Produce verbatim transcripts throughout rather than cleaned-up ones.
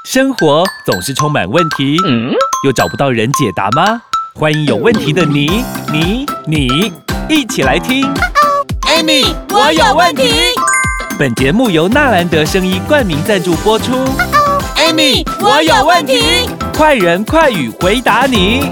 生活总是充满问题，嗯、又找不到人解答吗？欢迎有问题的你、你、你一起来听。 Amy， 我有问题。 本节目由纳兰德生医冠名赞助播出。 Amy， 我有问题。 快人快语回答你。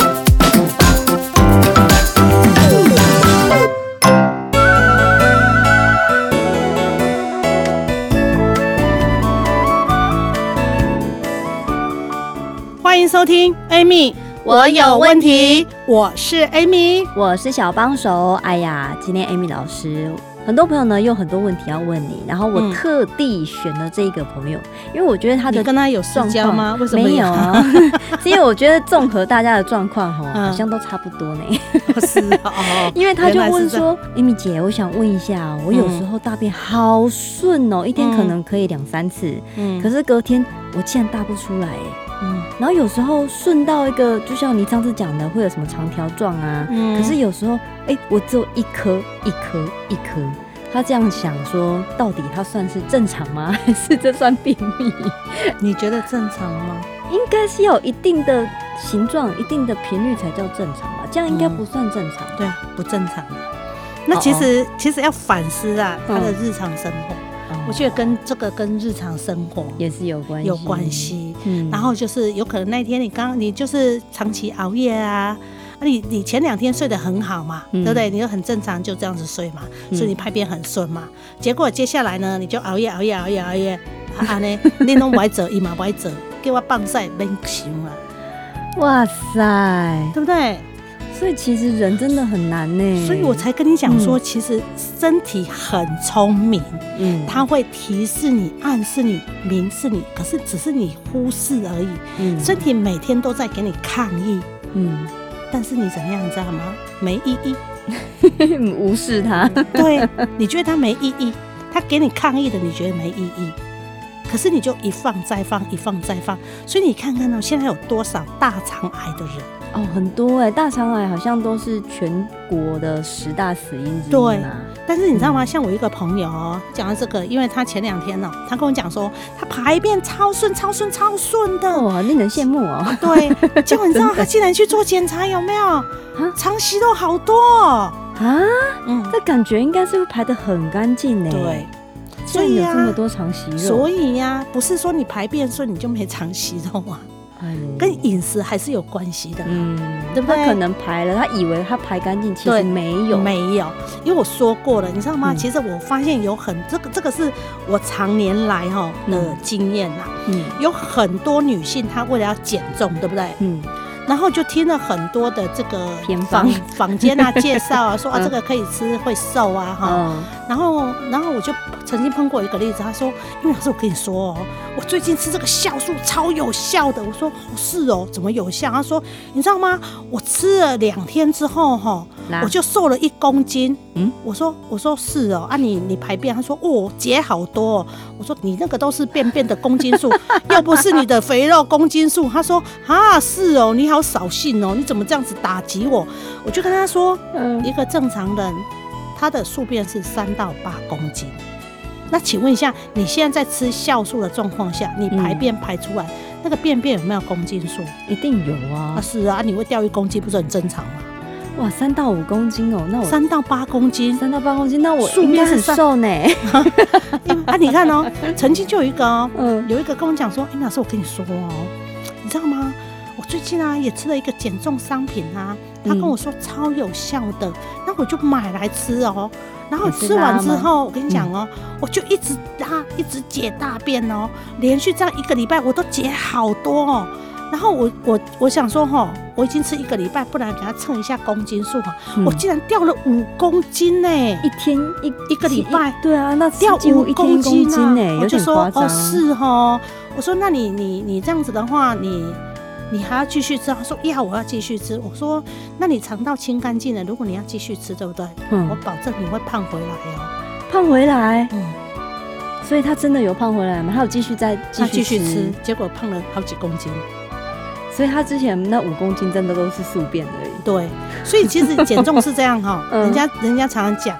欢迎收听 Amy， 我有问题。我是 Amy， 我是小帮手。哎呀，今天 Amy 老师，很多朋友呢有很多问题要问你，然后我特地选了这个朋友，嗯、因为我觉得他的你跟他有私交吗？为什么没有啊？是因为我觉得综合大家的状况哈，好像都差不多呢。 是哦， 因为他就问说 ，Amy 姐，我想问一下，我有时候大便好顺哦，嗯、一天可能可以两三次，嗯、可是隔天我竟然大不出来。嗯，然后有时候顺到一个，就像你上次讲的，会有什么长条状啊。嗯，可是有时候，哎、欸，我只有一颗、一颗、一颗。他这样想说，到底他算是正常吗？还是这算便秘？ 你觉得正常吗？ 应该是要有一定的形状、一定的频率才叫正常吧？这样应该不算正常。 嗯、对，不正常。那其实、哦哦、其实要反思啊，他的日常生活。嗯，我觉得跟这个跟日常生活也是有关系， 有关系。嗯，然后就是有可能那天你刚你就是长期熬夜啊，啊你你前两天睡得很好嘛，嗯、对不对？你就很正常就这样子睡嘛，所以你排便很顺嘛。嗯、结果接下来呢，你就熬夜熬夜熬夜熬夜，啊呢，你拢不爱做，伊嘛不爱做，叫我放屎免想啊！ 哇塞， 对不对？ 所以其实人真的很难呢， 所以我才跟你讲说，嗯、其实身体很聪明，嗯，它会提示你、暗示你、明示你，可是只是你忽视而已。嗯，身体每天都在给你抗议，嗯，但是你怎样，你知道吗？没意义， 无视它。 对，你觉得它没意义，它给你抗议的，你觉得没意义。可是你就一放再放，一放再放，所以你看看哦，现在有多少大肠癌的人？ 哦，很多哎、欸，大肠癌好像都是全国的十大死因之一。 对，但是你知道吗？嗯、像我一个朋友哦，讲到这个，因为他前两天呢、哦，他跟我讲说，他排便超顺、超顺、超顺的， 哇、哦，令人羡慕哦。 对，结果你知道他竟然去做检查，有没有？肠息肉好多哦啊！嗯，这感觉应该是会排得很干净呢。 对。 所以有这么多肠息肉， 所以呀、啊，不是说你排便顺你就没肠息肉啊，哎、跟饮食还是有关系的，嗯，对不对？ 他可能排了，他以为他排干净，其实没有， 没有，因为我说过了，你知道吗？嗯、其实我发现有很这个这个是我常年来哈的经验啦，嗯，有很多女性她为了要减重，对不对？嗯。然后就听了很多的这个坊坊间啊介绍啊，说啊这个可以吃会瘦啊哈。嗯、然后然后我就曾经碰过一个例子，他说：“因为老师我跟你说哦，我最近吃这个酵素超有效的。”我说：“是哦，怎么有效？”他说：“你知道吗？我吃了两天之后哈，我就瘦了一公斤。”嗯，我说我说是哦，啊你你排便，他说哦减好多、哦。我说你那个都是便便的公斤数，又不是你的肥肉公斤数。他说啊是哦，你好扫兴哦，你怎么这样子打击我？我就跟他说，嗯，一个正常人他的宿便是三到八公斤。那请问一下，你现在在吃酵素的状况下，你排便排出来、嗯、那个便便有没有公斤数？ 一定有啊。 啊是啊，你会掉一公斤，不是很正常吗？ 哇，三到五公斤哦，那我三到八公斤， 三到八公斤，那我应该很瘦呢。 啊，你看哦，曾经就有一个哦，嗯，有一个跟我讲说，哎，老师，我跟你说哦，你知道吗？我最近啊也吃了一个减重商品啊，他跟我说超有效的，那、嗯、我就买来吃哦。然后吃完之后，我跟你讲哦，嗯、我就一直拉，一直解大便哦，连续这样一个礼拜，我都解好多哦。然后我我我想说哈，我已经吃一个礼拜，不然给他称一下公斤数哈，嗯、我竟然掉了五公斤呢！ 一天一一个礼拜， 对啊，那掉五公斤呢， 我就说哦是哈，我说那你你你这样子的话，你你还要继续吃？他说要，我要继续吃。我说那你肠道清干净了，如果你要继续吃，对不对？嗯，我保证你会胖回来哦， 胖回来，嗯。所以他真的有胖回来吗？他有继续再继续 吃, 续吃，结果胖了好几公斤。 所以他之前那五公斤真的都是宿便而已。 对，所以其实减重是这样哈、嗯，人家人家常常讲，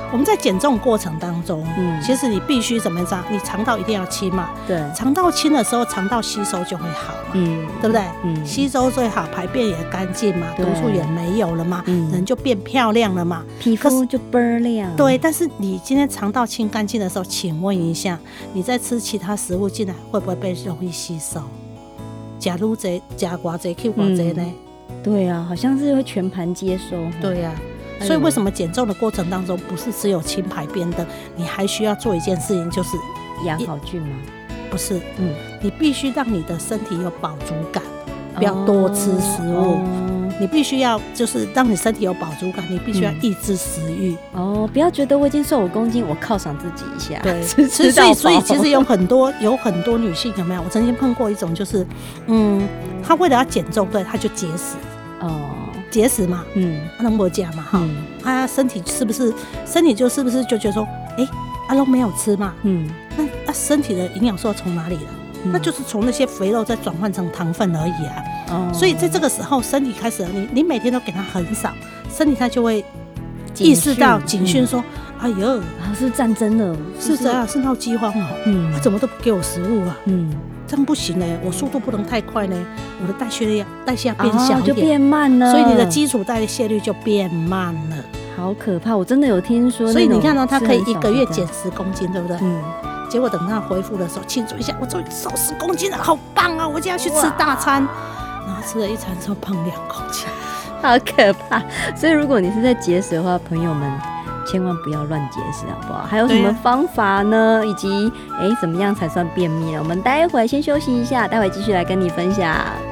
我们在减重过程当中，嗯，其实你必须怎么样？你肠道一定要清嘛， 对， 肠道清的时候，肠道吸收就会好嘛，嗯，对不对？嗯，吸收最好，排便也干净嘛，毒素也没有了嘛，嗯，人就变漂亮了嘛， 皮肤就倍亮。 对，但是你今天肠道清干净的时候，请问一下，你在吃其他食物进来会不会被容易吸收？假如这加寡这 Q 寡这呢？ 对啊，好像是会全盘接收。 对啊。所以为什么减重的过程当中不是只有清排便的，你还需要做一件事情，就是养好菌吗？ 不是，嗯，你必须让你的身体有饱足感，不要多吃食物。哦，你必须要就是让你身体有饱足感，你必须要抑制食欲。 哦，不要觉得我已经瘦五公斤，我犒赏自己一下。 对，所以所以其实有很多有很多女性有没有？我曾经碰过一种，就是嗯，她为了要减重，对，她就节食。哦。节食嘛，嗯，阿龙伯讲嘛，哈，他身体是不是身体就是不是就觉得说，哎、欸，阿龙没有吃嘛，嗯，那那身体的营养素从哪里来？嗯、那就是从那些肥肉再转换成糖分而已啊。哦，所以在这个时候，身体开始你你每天都给他很少，身体他就会意识到警讯说，嗯、哎呦， 是战争了， 是这样，是闹饥荒哦，嗯，他怎么都不给我食物啊，嗯。这样不行呢，我速度不能太快呢，我的代谢量代谢变小一点， 哦，就变慢了， 所以你的基础代谢率就变慢了， 好可怕！我真的有听说， 所以你看到，哦，他可以一个月减十公斤，对不对？嗯。结果等他恢复的时候，庆祝一下，我终于瘦十公斤了，好棒啊！我今天要去吃大餐，然后吃了一餐之后胖两公斤， 好可怕！所以如果你是在节食的话，朋友们，千万不要乱节食，好不好？还有什么方法呢？以及哎，怎么样才算便秘呢？我们待会先休息一下，待会继续来跟你分享。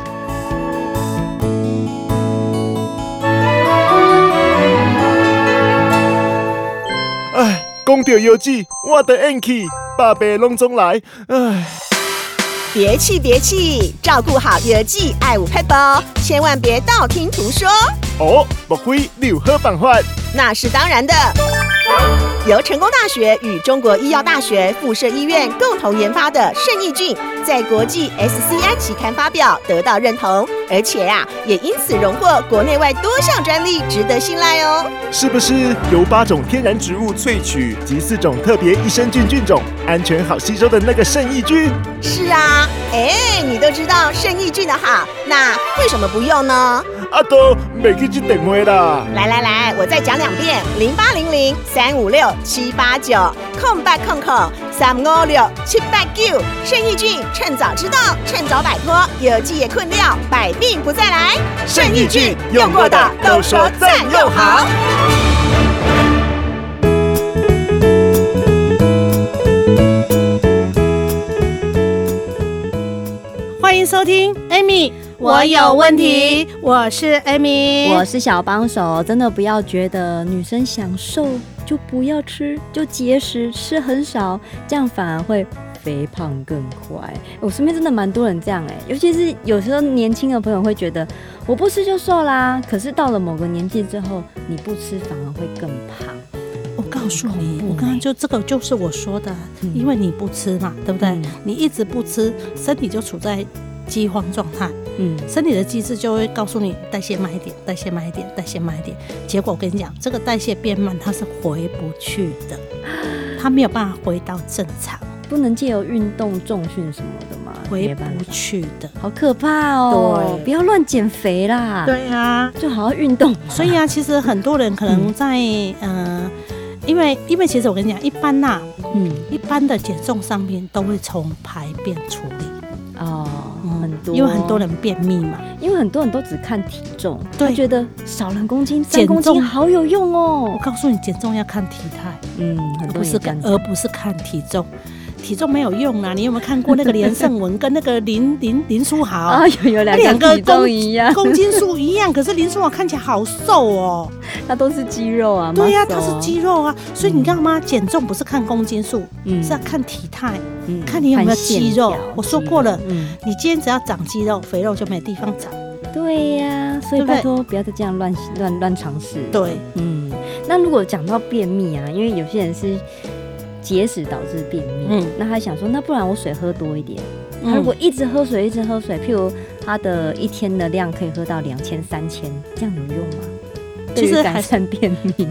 哎，讲到腰子，我的怨气，百倍拢总来。哎， 别气别气，照顾好腰子，爱有撇步，千万别道听途说。 哦，莫非你有好办法？ 那是当然的。由成功大学与中国医药大学附设医院共同研发的圣益菌，在国际 S C I 期刊发表，得到认同，而且啊，也因此荣获国内外多项专利，值得信赖哦。 是不是由八种天然植物萃取及四种特别益生菌菌种，安全好吸收的那个圣益菌？ 是啊，哎，你都知道圣益菌的好，那为什么不用呢？ 啊都没去接电话啦！ 来来来，我再讲两遍：零八零零三五六七八九空八空空三五六七八九。圣益菌，趁早知道，趁早摆脱有机的困扰，百病不再来。 圣益菌用过的都说赞又好。 欢迎收听 Amy。我有问题，我是 Amy， 我是小帮手。真的不要觉得女生想瘦就不要吃，就节食，吃很少，这样反而会肥胖更快。我身边真的蛮多人这样哎，尤其是有时候年轻的朋友会觉得我不吃就瘦啦，可是到了某个年纪之后，你不吃反而会更胖。 我告诉你，我刚刚就这个就是我说的，嗯、因为你不吃嘛，对不对？嗯、你一直不吃，身体就处在饥荒状态，嗯，身体的机制就会告诉你代谢慢一点，代谢慢一点，代谢慢一点。结果我跟你讲，这个代谢变慢，它是回不去的，它没有办法回到正常。 不能借由运动、重训什么的吗？ 回不去的， 好可怕哦！对，不要乱减肥啦。 对啊， 就好好运动。 所以啊，其实很多人可能在嗯。呃因为，因为其实我跟你讲，一般呐、啊，嗯，一般的减重商品都会从排便处理哦，嗯、很多， 因为很多人便秘嘛， 因为很多人都只看体重，他觉得少两公斤、三公斤好有用哦。 我告诉你，减重要看体态，嗯，而不是看，而不是看体重。体重没有用啦，你有没有看过那个连胜文跟那个林林林书豪啊？有有两个体重一样， 公斤数一样，可是林书豪看起来好瘦哦， 他都是肌肉啊。 对呀、啊，他是肌肉啊，所以你知道吗？减重不是看公斤数，嗯、是要看体态，嗯、看你有没有肌肉。我说过了，嗯、你今天只要长肌肉，肥肉就没地方长。 对呀、啊，所以拜托不要再这样乱乱乱尝试。 对， 嗯，那如果讲到便秘啊，因为有些人是节食导致便秘，嗯，那他想说，那不然我水喝多一点。嗯、他如果一直喝水，一直喝水，譬如他的一天的量可以喝到两千、三千，这样有用吗？ 其实改善便秘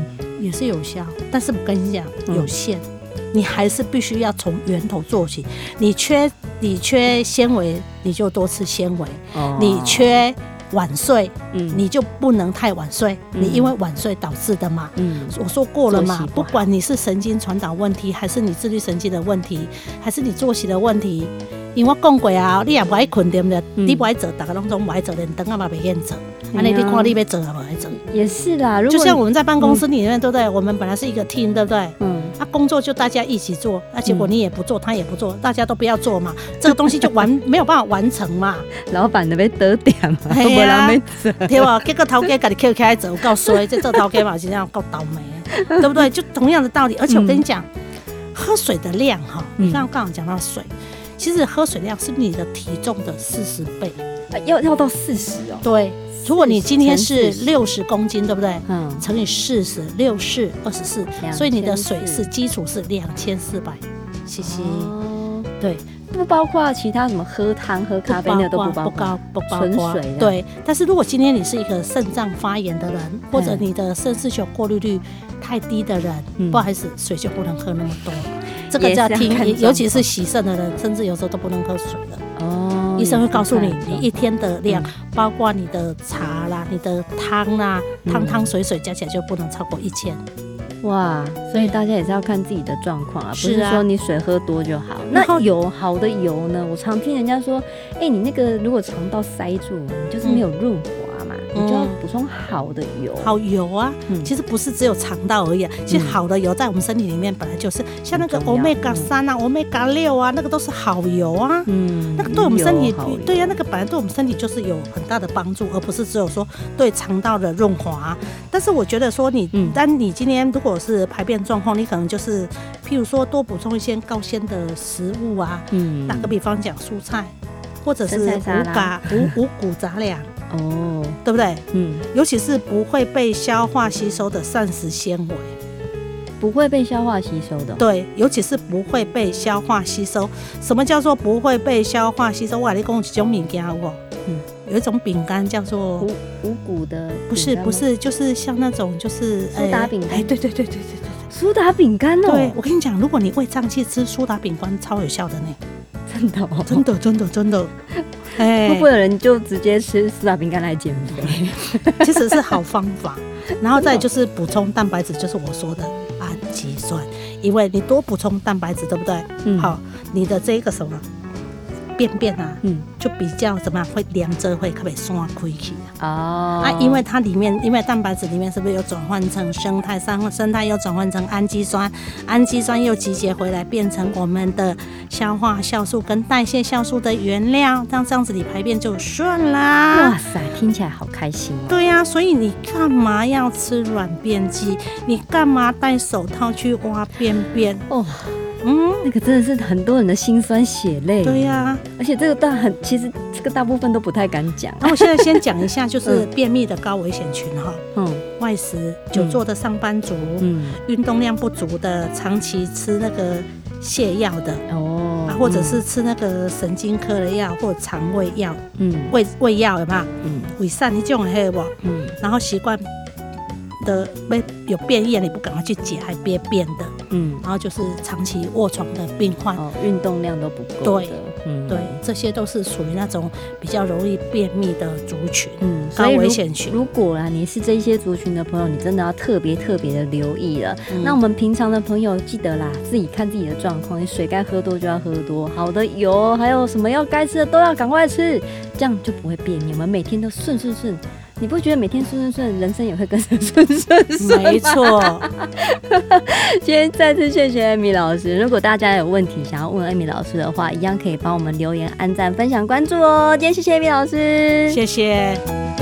也是有效，但是我跟你讲有限。嗯，你还是必须要从源头做起。你缺你缺纤维，你就多吃纤维；哦、你缺晚睡，嗯，你就不能太晚睡。嗯、你因为晚睡导致的嘛。嗯，我说过了嘛，不, 不管你是神经传导问题，还是你自律神经的问题，还是你作息的问题，因为我讲过啊，你也不爱困，对不对？嗯、你不爱做，大家拢总不爱做，连灯啊嘛不愿做。啊，你你看你要做啊，不爱做。 也是啦，如果就像我们在办公室里面，嗯、对不对？我们本来是一个 team， 对不对？嗯。啊，工作就大家一起做，啊，结果你也不做，他也不做，大家都不要做嘛，这个东西就完没有办法完成嘛。 老板就要得点嘛，都没人要做， 对吧？结果头家自己 Q 起来做，有够衰，这做头家嘛是这样够倒霉，对不对？就同样的道理，而且我跟你讲，嗯、喝水的量哈，你刚刚刚讲到水，其实喝水量是你的体重的四十倍， 啊、要要到四十哦。 对。如果你今天是六十公斤，对不对？嗯，乘以四十，六四二十四，所以你的水是基础是两千四百 C C。哦，对， 不包括其他什么喝汤、喝咖啡那都不包括，不包不包括纯水。 对，但是如果今天你是一个肾脏发炎的人，或者你的肾丝球过滤率太低的人，嗯、不好意思，水就不能喝那么多。这个叫听，尤其是洗肾的人，甚至有时候都不能喝水了。哦，医生会告诉你，你一天的量，嗯、包括你的茶啦、你的汤啦、汤汤水水加起来就不能超过一千。 哇，所以大家也是要看自己的状况啊，不是说你水喝多就好。那油好的油呢？我常听人家说，哎、欸，你那个如果肠道塞住，你就是没有润滑嘛。嗯，你就要补充好的油，好油啊！嗯、其实不是只有肠道而已、啊，其实好的油在我们身体里面本来就是，像那个 omega 三啊、omega 六啊，那个都是好油啊。嗯，那个对我们身体，对呀、啊，那个本来对我们身体就是有很大的帮助，而不是只有说对肠道的润滑。但是我觉得说你，嗯、但你今天如果是排便状况，你可能就是，譬如说多补充一些高纤的食物啊，嗯，打个比方讲蔬菜，或者是五嘎五五谷杂粮。哦，对不对？嗯，尤其是不会被消化吸收的膳食纤维， 不会被消化吸收的。 对，尤其是不会被消化吸收。什么叫做不会被消化吸收？我跟你讲一种物件好不好？嗯，有一种饼干叫做五五谷的， 不是不是，就是像那种就是苏打饼干。哎， 对对对对对对， 苏打饼干哦。 对，我跟你讲，如果你胃胀气，吃苏打饼干超有效的呢。 真的、哦， 真的，真的，真的， 哎，会不会有人就直接吃苏打饼干来减肥？ 其实是好方法。然后再就是补充蛋白质，就是我说的氨基酸，因为你多补充蛋白质，对不对？嗯，好，你的这个什么便便啊，嗯，就比较怎么样，会两者会特别散开去哦。啊，因为它里面，因为蛋白质里面是不是有转换成生态，生生态又转换成氨基酸，氨基酸又集结回来变成我们的消化酵素跟代谢酵素的原料，这样这样子你排便就顺啦。 哇塞，听起来好开心哦。 对呀、啊，所以你干嘛要吃软便剂？你干嘛戴手套去挖便便？哦。 嗯，那个真的是很多人的辛酸血泪。 对呀、啊， 而且这个大很，其实这个大部分都不太敢讲。 那我现在先讲一下，就是便秘的高危险群哈，嗯，外食、久坐的上班族，嗯，运动量不足的，长期吃那个泻药的，哦，啊，或者是吃那个神经科的药或者肠胃药，嗯，胃胃药有没有？嗯，胃散那种的不？嗯，然后习惯的被有便意，你不赶快去解，还憋便的，嗯，然后就是长期卧床的病患， 哦，运动量都不够的， 对，嗯，对，这些都是属于那种比较容易便秘的族群，嗯，高危险群。 如果啊你是这些族群的朋友，你真的要特别特别的留意了。嗯、那我们平常的朋友记得啦，自己看自己的状况，你水该喝多就要喝多，好的油还有什么要该吃的都要赶快吃，这样就不会便秘。我们每天都顺顺顺。你不觉得每天顺顺顺，人生也会跟着顺顺顺吗？ 没错。 今天再次谢谢 Amy 老师。如果大家有问题想要问 Amy 老师的话，一样可以帮我们留言、按赞、分享、关注哦。今天谢谢 Amy 老师， 谢谢。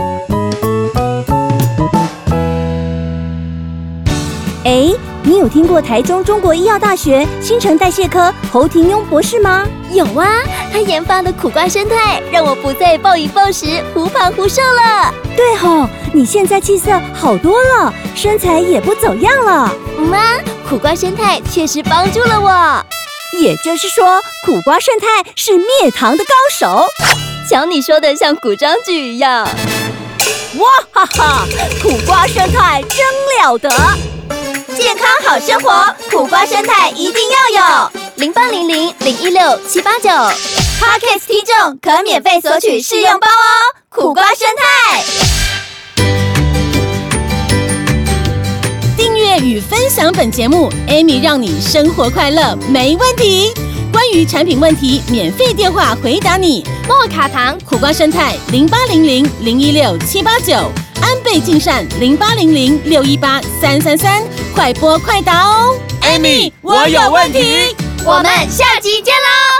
哎，你有听过台中中国医药大学新陈代谢科侯廷庸博士吗？ 有啊，他研发的苦瓜生态让我不再暴饮暴食、忽胖忽瘦了。 对吼，你现在气色好多了，身材也不走样了。 妈，苦瓜生态确实帮助了我。 也就是说，苦瓜生态是灭糖的高手。 瞧你说的像古装剧一样。 哇哈哈，苦瓜生态真了得。 健康好生活，苦瓜生态一定要有。零八零零零一六七八九 ，Podcast 听众可免费索取试用包哦。苦瓜生态。 订阅与分享本节目 ，Amy 让你生活快乐没问题。关于产品问题，免费电话回答你。 莫卡糖、 苦瓜生态零八零零零一六七八九，安倍晋善零八零零六一八三三三，快播快答哦。Amy， 我有问题。 我们下集见喽。